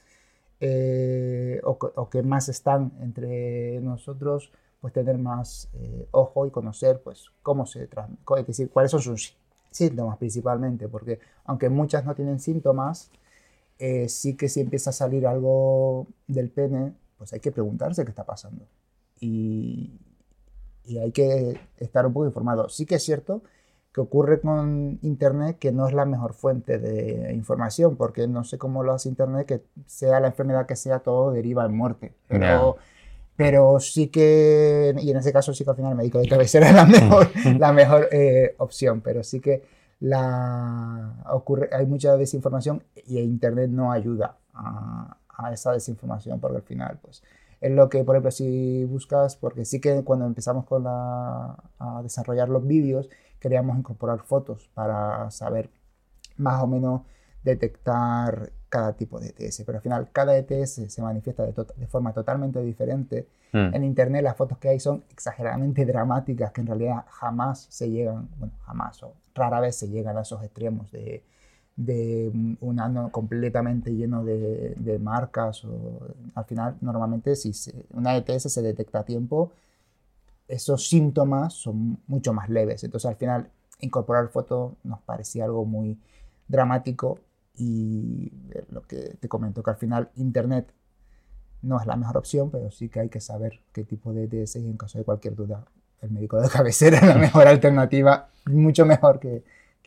eh, o, o que más están entre nosotros, pues tener más eh, ojo y conocer pues cómo se transmite, es decir, cuáles son sus síntomas principalmente, porque aunque muchas no tienen síntomas, eh, sí que si empieza a salir algo del pene, pues hay que preguntarse qué está pasando y, y hay que estar un poco informado. Sí que es cierto que ocurre con Internet que no es la mejor fuente de información, porque no sé cómo lo hace Internet, que sea la enfermedad que sea, todo deriva en muerte. Pero, yeah. pero sí que, y en ese caso sí que al final el médico de cabecera es la mejor, la mejor eh, opción, pero sí que la, ocurre, hay mucha desinformación y Internet no ayuda a, a esa desinformación, porque al final pues es lo que, por ejemplo, si buscas, porque sí que cuando empezamos con la, a desarrollar los vídeos, queríamos incorporar fotos para saber más o menos detectar cada tipo de E T S, pero al final cada E T S se manifiesta de, to- de forma totalmente diferente. Mm. En Internet las fotos que hay son exageradamente dramáticas, que en realidad jamás se llegan, bueno, jamás o rara vez se llegan a esos extremos de, de un ano completamente lleno de, de marcas. O, al final, normalmente, si se, una E T S se detecta a tiempo, esos síntomas son mucho más leves. Entonces, al final, incorporar fotos nos parecía algo muy dramático y lo que te comento, que al final Internet no es la mejor opción, pero sí que hay que saber qué tipo de E T S y en caso de cualquier duda, el médico de cabecera es la mejor alternativa, mucho mejor que,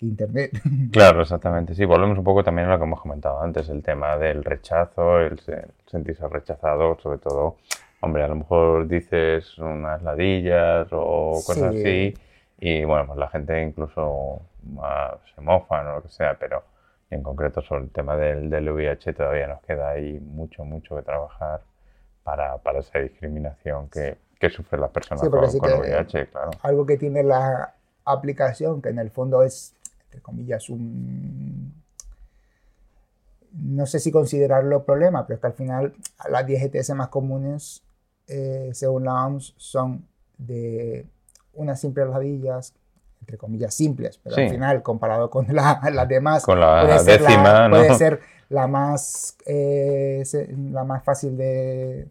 que Internet. Claro, exactamente. Sí, volvemos un poco también a lo que hemos comentado antes, el tema del rechazo, el, el sentirse rechazado, sobre todo, hombre, a lo mejor dices unas ladillas o cosas sí. así, y bueno, pues la gente incluso más se mofan o lo que sea, pero en concreto sobre el tema del, del V I H todavía nos queda ahí mucho, mucho que trabajar para, para esa discriminación que, que sufren las personas sí, con, sí con V I H, claro. Algo que tiene la aplicación, que en el fondo es, entre comillas, un... no sé si considerarlo problema, pero es que al final las diez E T S más comunes, eh, según la O M S, son de unas simples ladillas, entre comillas simples, pero sí. al final, comparado con la, las demás, con la puede, ser décima, la, ¿no? puede ser la más, eh, la más fácil de,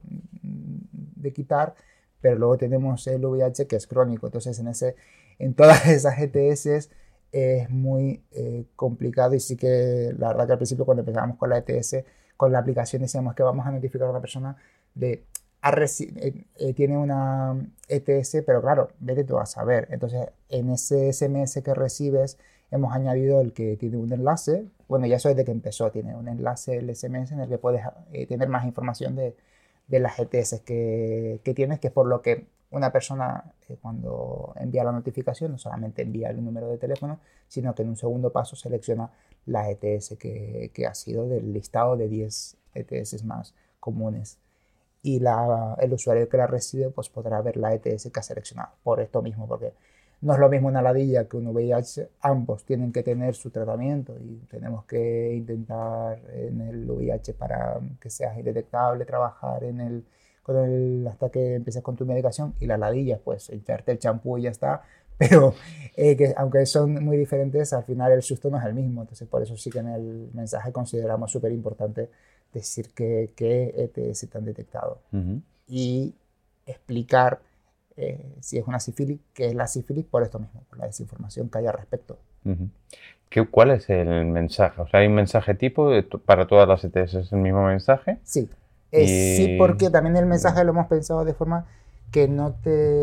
de quitar, pero luego tenemos el V I H que es crónico. Entonces, en, ese, en todas esas E T S es muy eh, complicado, y sí que la verdad que al principio cuando empezábamos con la E T S, con la aplicación decíamos que vamos a notificar a una persona de a eh, eh, tiene una E T S, pero claro, vete tú a saber. Entonces, en ese S M S que recibes hemos añadido el que tiene un enlace. Bueno, ya eso desde que empezó, tiene un enlace el S M S en el que puedes eh, tener más información de, de las E T S que, que tienes, que es por lo que una persona eh, cuando envía la notificación no solamente envía el número de teléfono, sino que en un segundo paso selecciona la E T S que, que ha sido del listado de diez E T S más comunes. Y la, el usuario que la recibe pues podrá ver la E T S que ha seleccionado. Por esto mismo, porque no es lo mismo una ladilla que un V I H. Ambos tienen que tener su tratamiento y tenemos que intentar en el V I H para que sea indetectable, trabajar en el, con el, hasta que empieces con tu medicación. Y la ladilla, pues echarte el champú y ya está. Pero eh, que aunque son muy diferentes, al final el susto no es el mismo. Entonces por eso sí que en el mensaje consideramos súper importante decir qué E T S te han detectado. Uh-huh. Y explicar eh, si es una sífilis, qué es la sífilis, por esto mismo, por la desinformación que hay al respecto. Uh-huh. ¿Qué, ¿Cuál es el mensaje? O sea, ¿hay un mensaje tipo de para todas las E T S? ¿Es el mismo mensaje? Sí. Eh, y... Sí, porque también el mensaje lo hemos pensado de forma que no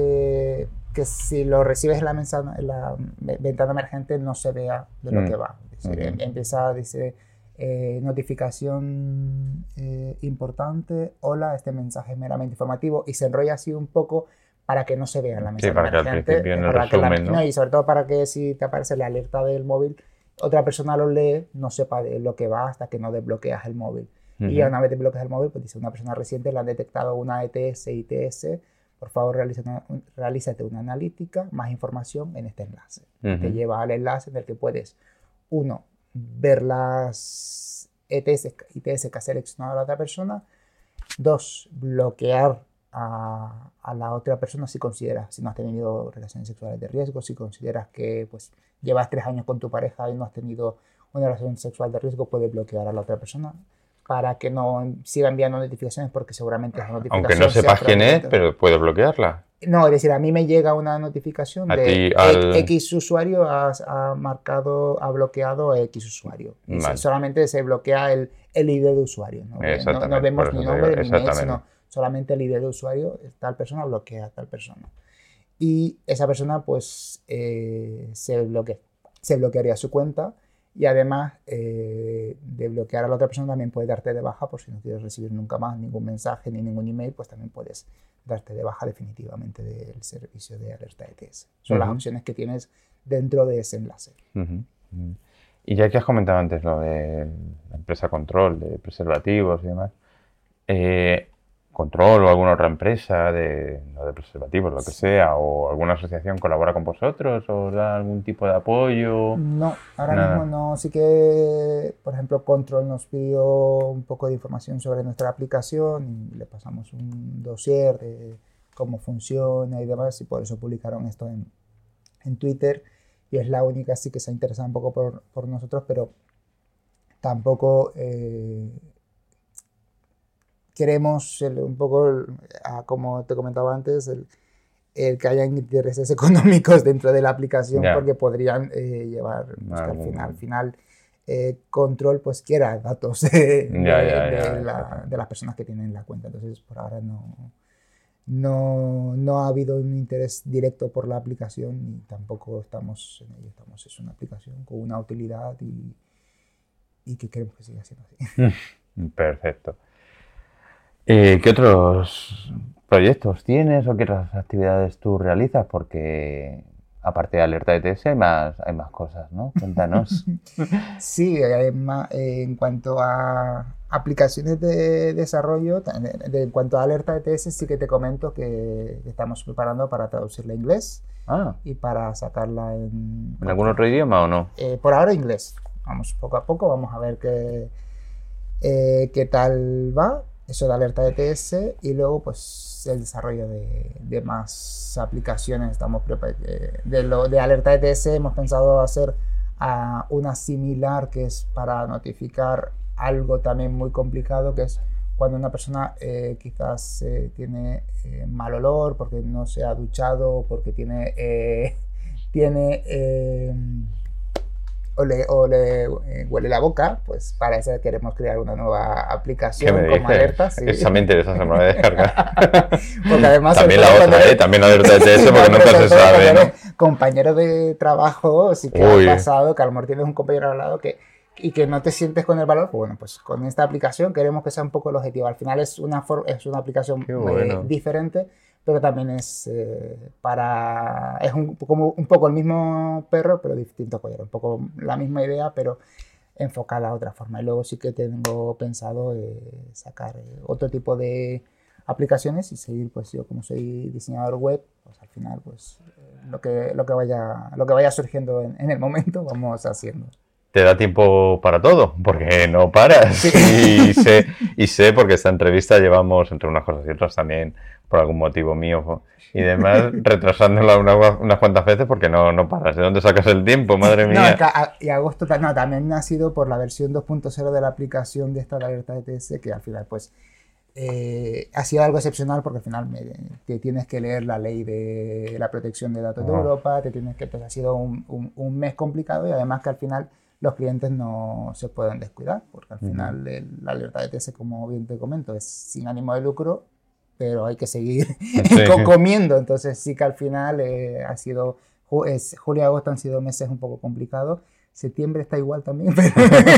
te... que si lo recibes en la, mensa, en la ventana emergente no se vea de lo uh-huh. que va. Es decir, uh-huh. empieza, dice... Eh, notificación eh, importante, hola, este mensaje es meramente informativo, y se enrolla así un poco para que no se vea en la mensaje sí, para emergente, que al principio no resumen, la, ¿no? Y sobre todo para que si te aparece la alerta del móvil, otra persona lo lee, no sepa de lo que va hasta que no desbloqueas el móvil. Uh-huh. Y ya una vez desbloqueas el móvil, pues dice, una persona reciente le han detectado una E T S, I T S, por favor realízate una, realízate una analítica, más información en este enlace. Uh-huh. Te lleva al enlace en el que puedes, uno, ver las E T S, I T S que ha seleccionado la otra persona. Dos, bloquear a, a la otra persona si consideras, si no has tenido relaciones sexuales de riesgo, si consideras que pues, llevas tres años con tu pareja y no has tenido una relación sexual de riesgo, puedes bloquear a la otra persona para que no siga enviando notificaciones, porque seguramente esa notificación... Aunque no sepas quién es, pero puedes bloquearla. No, es decir, a mí me llega una notificación a de ti, al... X usuario ha, ha marcado, ha bloqueado a X usuario. Y vale. solamente se bloquea el, el I D de usuario. No, no, no vemos ni nombre ni mail, sino solamente el I D de usuario. Tal persona bloquea a tal persona. Y esa persona pues eh, se, bloquea, se bloquearía su cuenta. Y además eh, de bloquear a la otra persona también puedes darte de baja por si no quieres recibir nunca más ningún mensaje ni ningún email, pues también puedes darte de baja definitivamente del servicio de alerta E T S. Son uh-huh. las opciones que tienes dentro de ese enlace. Uh-huh. Uh-huh. Y ya que has comentado antes lo de la empresa Control, de preservativos y demás, eh, Control o alguna otra empresa de, no de preservativos, lo que sea, o alguna asociación colabora con vosotros o da algún tipo de apoyo. No, ahora Nada. mismo no. Sí que, por ejemplo, Control nos pidió un poco de información sobre nuestra aplicación y le pasamos un dossier de cómo funciona y demás, y por eso publicaron esto en, en Twitter, y es la única sí que se ha interesado un poco por, por nosotros, pero tampoco... Eh, Queremos el, un poco, el, como te comentaba antes, el, el que haya intereses económicos dentro de la aplicación, yeah. porque podrían eh, llevar pues, que al final, al final eh, Control pues quiera datos de, yeah, de, yeah, de, yeah, la, yeah. de las personas que tienen la cuenta. Entonces, por ahora no, no, no ha habido un interés directo por la aplicación y tampoco estamos en ello. Estamos, es una aplicación con una utilidad y, y que queremos que siga siendo así. Perfecto. Eh, ¿Qué otros proyectos tienes o qué otras actividades tú realizas? Porque aparte de Alerta E T S hay más, hay más cosas, ¿no? Cuéntanos. Sí, además, eh, en cuanto a aplicaciones de desarrollo, de, de, en cuanto a Alerta E T S, sí que te comento que estamos preparando para traducirla a inglés ah. y para sacarla en... ¿En algún otro idioma o no? Eh, por ahora inglés. Vamos poco a poco, vamos a ver qué, eh, qué tal va. Eso de Alerta E T S y luego pues el desarrollo de, de más aplicaciones. Estamos de, de, lo, de Alerta E T S hemos pensado hacer uh, una similar que es para notificar algo también muy complicado, que es cuando una persona eh, quizás eh, tiene eh, mal olor porque no se ha duchado, porque tiene, eh, tiene eh, o le, o le eh, huele la boca, pues para eso queremos crear una nueva aplicación ¿Qué me como dices? Alerta. Sí. Esa me interesa, se me va a descargar. Porque además, también la otra, ¿eh? También Alerta E T S porque no, nunca se sabe, ¿no? Compañero de trabajo, sí que Uy. ha pasado que a lo mejor tienes un compañero al lado que y que no te sientes con el valor, pues bueno, pues con esta aplicación queremos que sea un poco el objetivo. Al final es una, es una aplicación bueno. eh, diferente, pero también es eh, para... es un, como un poco el mismo perro, pero distinto collar. Un poco la misma idea, pero enfocada a otra forma. Y luego sí que tengo pensado eh, sacar eh, otro tipo de aplicaciones y seguir, pues yo como soy diseñador web, pues al final pues eh, lo, que, lo, que vaya, lo que vaya surgiendo en, en el momento vamos haciendo. Te da tiempo para todo, porque no paras. Sí. Y, sé, y sé, porque esta entrevista llevamos, entre unas cosas y otras también, por algún motivo mío y demás, retrasándola una, unas cuantas veces porque no, no paras. ¿De dónde sacas el tiempo, madre mía? No, y agosto no, también ha sido por la versión dos punto cero de la aplicación de esta Alerta E T S, que al final pues eh, ha sido algo excepcional porque al final me, te tienes que leer la ley de la protección de datos oh. de Europa, te tienes que, pues, ha sido un, un, un mes complicado y además que al final los clientes no se pueden descuidar, porque al final uh-huh. el, la Alerta E T S, como bien te comento, es sin ánimo de lucro, pero hay que seguir sí. comiendo. Entonces sí que al final eh, ha sido, es, julio y agosto han sido meses un poco complicados. Septiembre está igual también, pero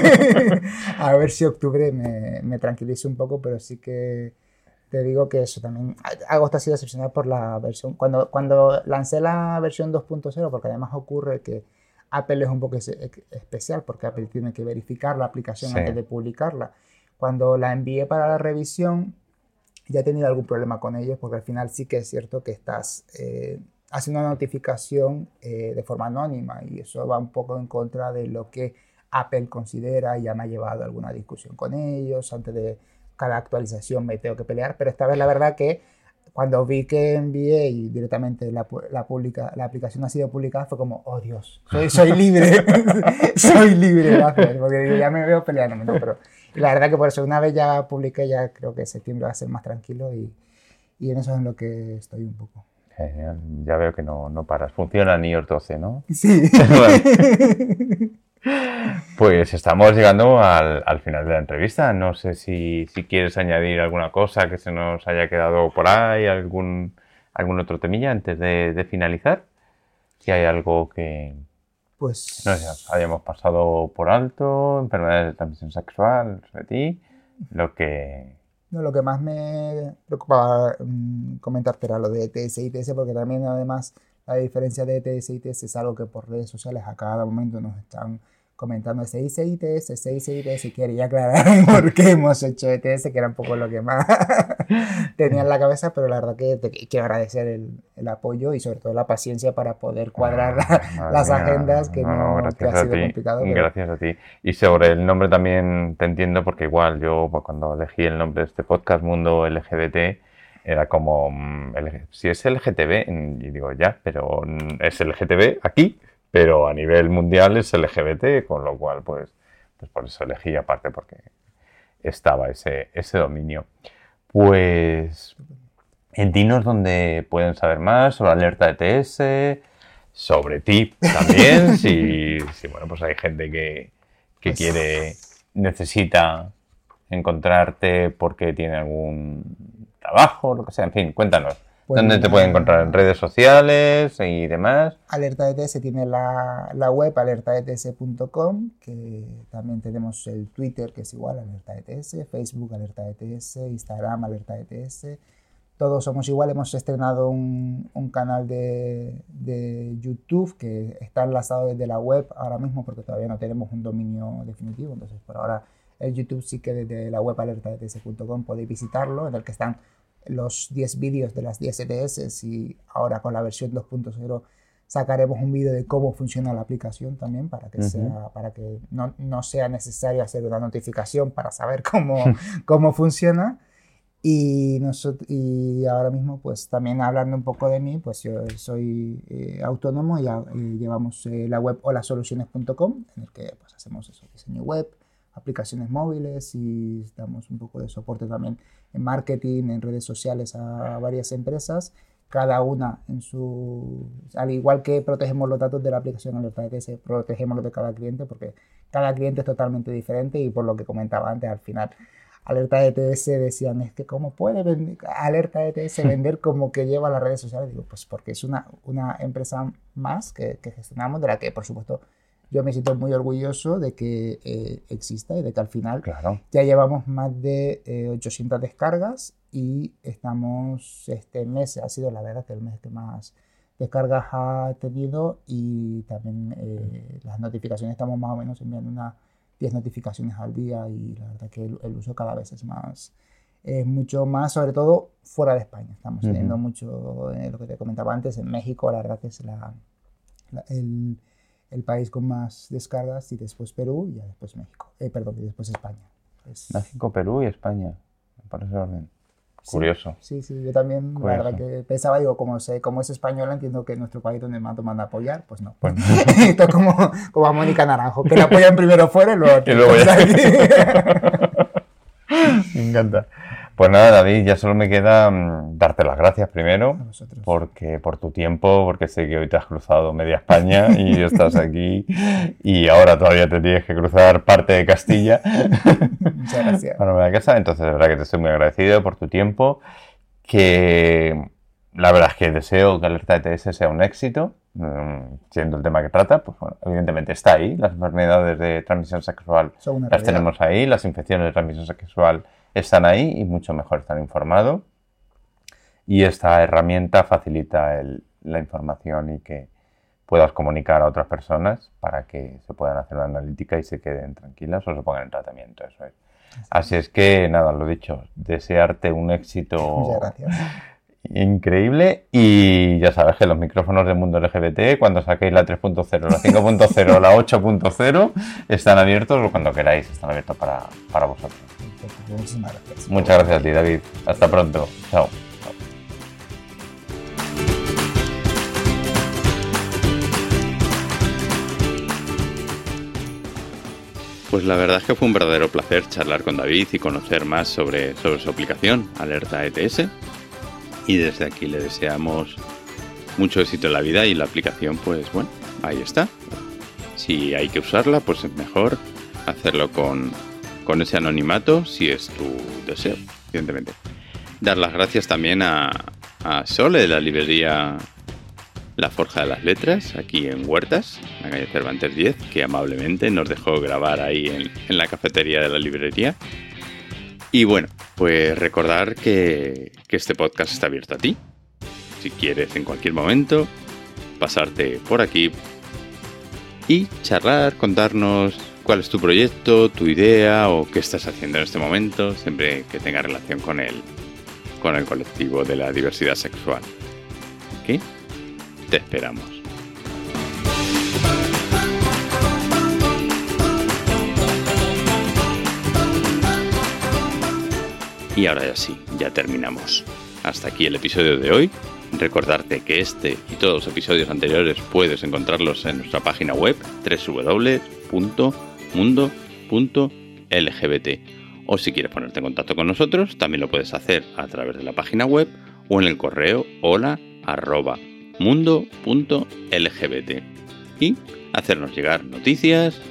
a ver si octubre me, me tranquilizo un poco, pero sí que te digo que eso también, agosto ha sido excepcional por la versión, cuando, cuando lancé la versión dos punto cero, porque además ocurre que Apple es un poco especial porque Apple tiene que verificar la aplicación sí. antes de publicarla. Cuando la envié para la revisión, ya he tenido algún problema con ellos porque al final sí que es cierto que estás eh, haciendo una notificación eh, de forma anónima y eso va un poco en contra de lo que Apple considera y ya me ha llevado a alguna discusión con ellos. Antes de cada actualización me tengo que pelear, pero esta vez la verdad que cuando vi que envié y directamente la, la, publica, la aplicación ha sido publicada, fue como, oh Dios, soy, soy libre, soy libre, gracias, porque ya me veo peleándome, ¿no? Pero la verdad que por eso una vez ya publiqué, ya creo que septiembre va a ser más tranquilo y, y en eso es en lo que estoy un poco. Genial, ya veo que no, no paras. Funciona en iOS doce, ¿no? Sí. Pues estamos llegando al, al final de la entrevista. No sé si, si quieres añadir alguna cosa que se nos haya quedado por ahí, algún, algún otro temilla antes de, de finalizar. Si hay algo que pues... no sé, hayamos pasado por alto, enfermedades de transmisión sexual, sobre ti, lo que... No, lo que más me preocupaba um, comentarte era lo de E T S y I T S, porque también además la diferencia de E T S y I T S es algo que por redes sociales a cada momento nos están comentando. Se dice I T S, se dice I T S, y quería aclarar por qué hemos hecho E T S, que era un poco lo que más tenía en la cabeza, pero la verdad que te quiero agradecer el, el apoyo y sobre todo la paciencia para poder cuadrar la, las mía. agendas, que, no, no, que ha sido ti. complicado. Pero... Gracias a ti. Y sobre el nombre también te entiendo, porque igual yo pues, cuando elegí el nombre de este podcast, Mundo L G B T, era como, si es L G T B, y digo ya, pero es L G T B aquí, pero a nivel mundial es L G B T, con lo cual pues, pues por eso elegí, aparte porque estaba ese, ese dominio. Pues dinos dónde pueden saber más sobre Alerta E T S, sobre ti también, si, si bueno, pues hay gente que, que quiere, necesita encontrarte porque tiene algún trabajo, lo que sea, en fin, cuéntanos. Pues ¿Dónde mira, te pueden encontrar? ¿En redes sociales y demás? Alerta E T S tiene la, la web alerta e t s punto com, que también tenemos el Twitter, que es igual, Alerta E T S, Facebook, Alerta E T S, Instagram, Alerta E T S. Todos somos igual. Hemos estrenado un, un canal de, de YouTube que está enlazado desde la web ahora mismo porque todavía no tenemos un dominio definitivo. Entonces, por ahora, el YouTube sí que desde la web alerta e t s punto com podéis visitarlo, en el que están los diez vídeos de las diez E T S, y ahora con la versión dos punto cero sacaremos un vídeo de cómo funciona la aplicación también para que, uh-huh. sea, para que no, no sea necesario hacer una notificación para saber cómo, cómo funciona. Y, nosotros, y ahora mismo, pues también hablando un poco de mí, pues yo soy eh, autónomo y, y llevamos eh, la web hola soluciones punto com, en el que pues, hacemos eso, diseño web, aplicaciones móviles, y damos un poco de soporte también en marketing, en redes sociales a varias empresas, cada una en su... Al igual que protegemos los datos de la aplicación Alerta E T S, protegemos los de cada cliente, porque cada cliente es totalmente diferente, y por lo que comentaba antes, al final Alerta E T S decían, es que ¿cómo puede vender, Alerta E T S vender como que lleva las redes sociales? Digo, pues porque es una, una empresa más que, que gestionamos, de la que por supuesto yo me siento muy orgulloso de que eh, exista, y de que al final claro. ya llevamos más de eh, ochocientas descargas, y estamos, este mes ha sido la verdad que el mes que más descargas ha tenido, y también eh, las notificaciones, estamos más o menos enviando unas diez notificaciones al día, y la verdad que el, el uso cada vez es más, es mucho más, sobre todo fuera de España. Estamos uh-huh. teniendo mucho, eh, lo que te comentaba antes, en México, la verdad que es la, la, el, el país con más descargas, y después Perú, y ya después México, eh, perdón, y después España. Es... México, Perú y España, por ese orden. Curioso. Sí, sí, sí, yo también, Curioso. La verdad que pensaba, digo, como, sé, como es española, entiendo que nuestro país donde más van a apoyar, pues no. Pues no. Esto es como, como a Mónica Naranjo, que la apoyan primero fuera y luego, y luego ya. Me encanta. Pues nada, David, ya solo me queda um, darte las gracias primero porque, por tu tiempo, porque sé que hoy te has cruzado media España y estás aquí, y ahora todavía te tienes que cruzar parte de Castilla. Muchas gracias. Para volver a casa. Entonces, de verdad que te estoy muy agradecido por tu tiempo, que la verdad es que deseo que Alerta E T S sea un éxito, um, siendo el tema que trata, pues bueno, evidentemente está ahí, las enfermedades de transmisión sexual las tenemos ahí, las infecciones de transmisión sexual están ahí, y mucho mejor estar informado, y esta herramienta facilita el, la información y que puedas comunicar a otras personas para que se puedan hacer una analítica y se queden tranquilas o se pongan en tratamiento. Eso es. Así es que nada, lo dicho, desearte un éxito increíble, y ya sabes que los micrófonos del mundo L G B T, cuando saquéis la tres punto cero, la cinco punto cero, la ocho punto cero, están abiertos, o cuando queráis, están abiertos para, para vosotros. Muchísimas gracias. Muchas gracias a ti, David. Hasta pronto. Chao. Pues la verdad es que fue un verdadero placer charlar con David y conocer más sobre, sobre su aplicación, Alerta E T S. Y desde aquí le deseamos mucho éxito en la vida, y la aplicación, pues bueno, ahí está. Si hay que usarla, pues es mejor hacerlo con, con ese anonimato, si es tu deseo, evidentemente. Dar las gracias también a, a Sole, de la librería La Forja de las Letras, aquí en Huertas, en la calle Cervantes diez, que amablemente nos dejó grabar ahí en, en la cafetería de la librería. Y bueno, pues recordar que, que este podcast está abierto a ti. Si quieres en cualquier momento pasarte por aquí y charlar, contarnos cuál es tu proyecto, tu idea o qué estás haciendo en este momento, siempre que tenga relación con el, con el colectivo de la diversidad sexual. ¿Ok? Te esperamos. Y ahora ya sí, ya terminamos. Hasta aquí el episodio de hoy. Recordarte que este y todos los episodios anteriores puedes encontrarlos en nuestra página web doble u doble u doble u punto mundo punto l g b t. O si quieres ponerte en contacto con nosotros, también lo puedes hacer a través de la página web o en el correo hola arroba mundo punto l g b t. Y hacernos llegar noticias,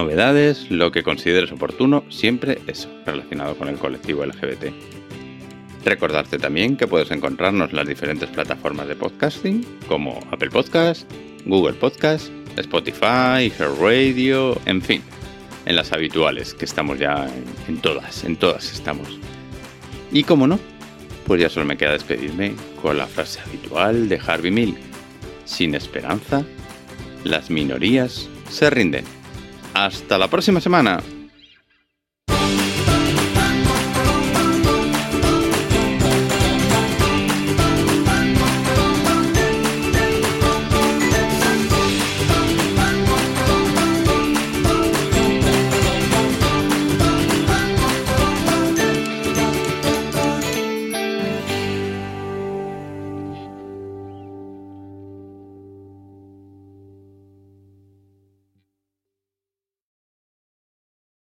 novedades, lo que consideres oportuno, siempre eso, relacionado con el colectivo L G B T. Recordarte también que puedes encontrarnos en las diferentes plataformas de podcasting como Apple Podcast, Google Podcast, Spotify, iHeartRadio, en fin, en las habituales, que estamos ya en, en todas, en todas estamos. Y como no, pues ya solo me queda despedirme con la frase habitual de Harvey Milk. Sin esperanza, las minorías se rinden. ¡Hasta la próxima semana!